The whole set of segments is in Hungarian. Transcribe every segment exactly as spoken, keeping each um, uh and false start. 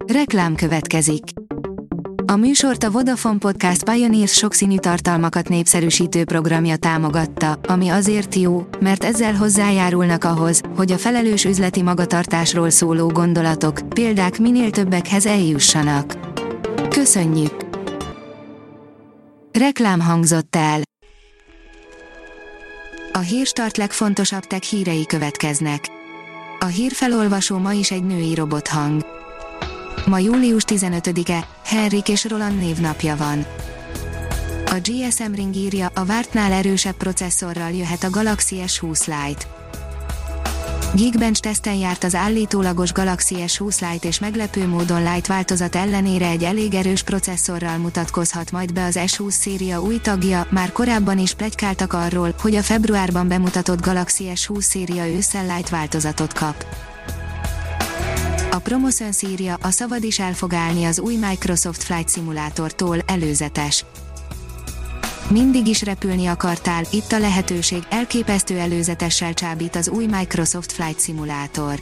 Reklám következik. A műsort a Vodafone Podcast Pioneers sokszínű tartalmakat népszerűsítő programja támogatta, ami azért jó, mert ezzel hozzájárulnak ahhoz, hogy a felelős üzleti magatartásról szóló gondolatok, példák minél többekhez eljussanak. Köszönjük! Reklám hangzott el. A Hírstart legfontosabb tech hírei következnek. A hírfelolvasó ma is egy női robothang. Ma július tizenötödike, Henrik és Roland névnapja van. A gé es em Ring írja, a vártnál erősebb processzorral jöhet a Galaxy es húsz Lite. Geekbench teszten járt az állítólagos Galaxy es húsz Lite és meglepő módon Lite változat ellenére egy elég erős processzorral mutatkozhat majd be az es húsz széria új tagja, már korábban is pletykáltak arról, hogy a februárban bemutatott Galaxy es húsz széria ősszel Lite változatot kap. A Promoszöns írja, a szavad is el fog állni az új Microsoft Flight Simulatortól, előzetes. Mindig is repülni akartál, itt a lehetőség, elképesztő előzetessel csábít az új Microsoft Flight Simulator.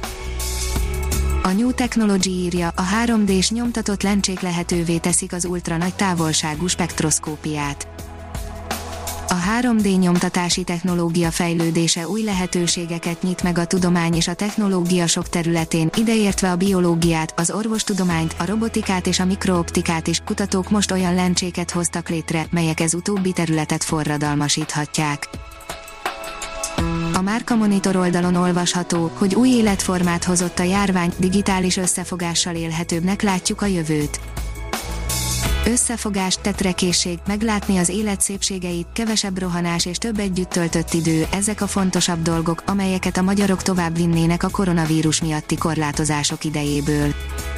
A New Technology írja, a három dés nyomtatott lencsék lehetővé teszik az ultra nagy távolságú spektroszkópiát. A három dé nyomtatási technológia fejlődése új lehetőségeket nyit meg a tudomány és a technológia sok területén, ideértve a biológiát, az orvostudományt, a robotikát és a mikrooptikát is. Kutatók most olyan lencséket hoztak létre, melyek ez utóbbi területet forradalmasíthatják. A Márka Monitor oldalon olvasható, hogy új életformát hozott a járvány, digitális összefogással élhetőbbnek látjuk a jövőt. Összefogás, tetrekészség, meglátni az élet szépségeit, kevesebb rohanás és több együtt töltött idő, ezek a fontosabb dolgok, amelyeket a magyarok tovább vinnének a koronavírus miatti korlátozások idejéből.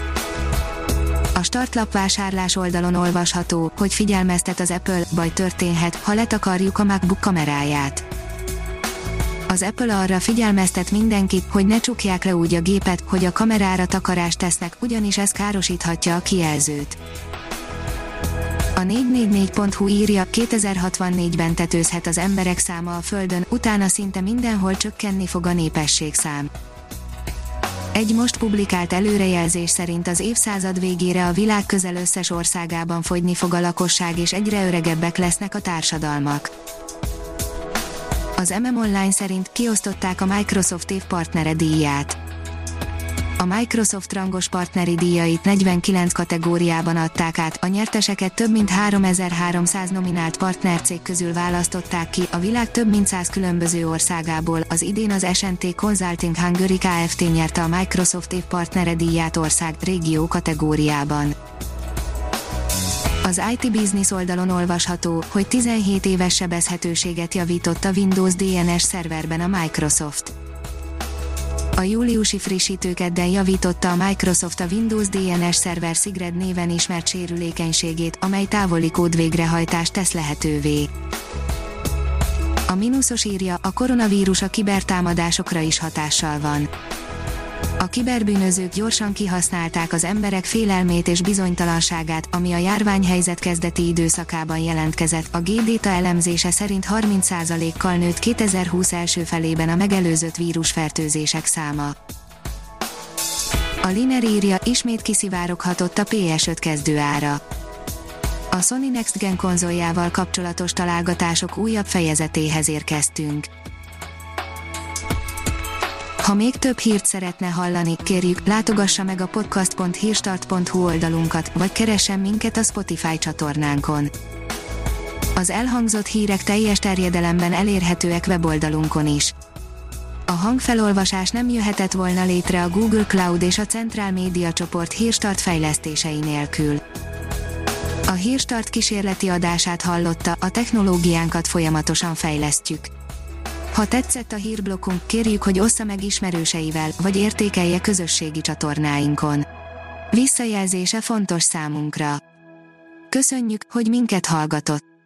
A startlap vásárlás oldalon olvasható, hogy figyelmeztet az Apple, baj történhet, ha letakarjuk a MacBook kameráját. Az Apple arra figyelmeztet mindenkit, hogy ne csukják le úgy a gépet, hogy a kamerára takarást tesznek, ugyanis ez károsíthatja a kijelzőt. A négy négy négy pont hu írja, kétezer-hatvannégyben tetőzhet az emberek száma a Földön, utána szinte mindenhol csökkenni fog a népességszám. Egy most publikált előrejelzés szerint az évszázad végére a világ közel összes országában fogyni fog a lakosság és egyre öregebbek lesznek a társadalmak. Az em em Online szerint kiosztották a Microsoft év partnere díját. A Microsoft rangos partneri díjait negyvenkilenc kategóriában adták át, a nyerteseket több mint háromezer-háromszáz nominált partnercég közül választották ki, a világ több mint száz különböző országából. Az idén az es en té Consulting Hungary Kft. Nyerte a Microsoft év partnere díját ország, régió kategóriában. Az i té Business oldalon olvasható, hogy tizenhét éves sebezhetőséget javított a Windows dé en es szerverben a Microsoft. A júliusi frissítőkedden javította a Microsoft a Windows dé en es Server Sigred néven ismert sérülékenységét, amely távoli kód végrehajtást tesz lehetővé. A mínuszos írja, a koronavírus a kibertámadásokra is hatással van. A kiberbűnözők gyorsan kihasználták az emberek félelmét és bizonytalanságát, ami a járványhelyzet kezdeti időszakában jelentkezett. A G-Data elemzése szerint harminc százalékkal nőtt kétezer-húsz első felében a megelőzött vírusfertőzések száma. A Liner írja, ismét kiszivároghatott a pé es öt kezdőára. A Sony Next Gen konzoljával kapcsolatos találgatások újabb fejezetéhez érkeztünk. Ha még több hírt szeretne hallani, kérjük, látogassa meg a podcast pont hírstart pont hu oldalunkat, vagy keressen minket a Spotify csatornánkon. Az elhangzott hírek teljes terjedelemben elérhetőek weboldalunkon is. A hangfelolvasás nem jöhetett volna létre a Google Cloud és a Central Media csoport Hírstart fejlesztései nélkül. A Hírstart kísérleti adását hallotta, a technológiánkat folyamatosan fejlesztjük. Ha tetszett a hírblokkunk, kérjük, hogy ossza meg ismerőseivel, vagy értékelje közösségi csatornáinkon. Visszajelzése fontos számunkra. Köszönjük, hogy minket hallgatott!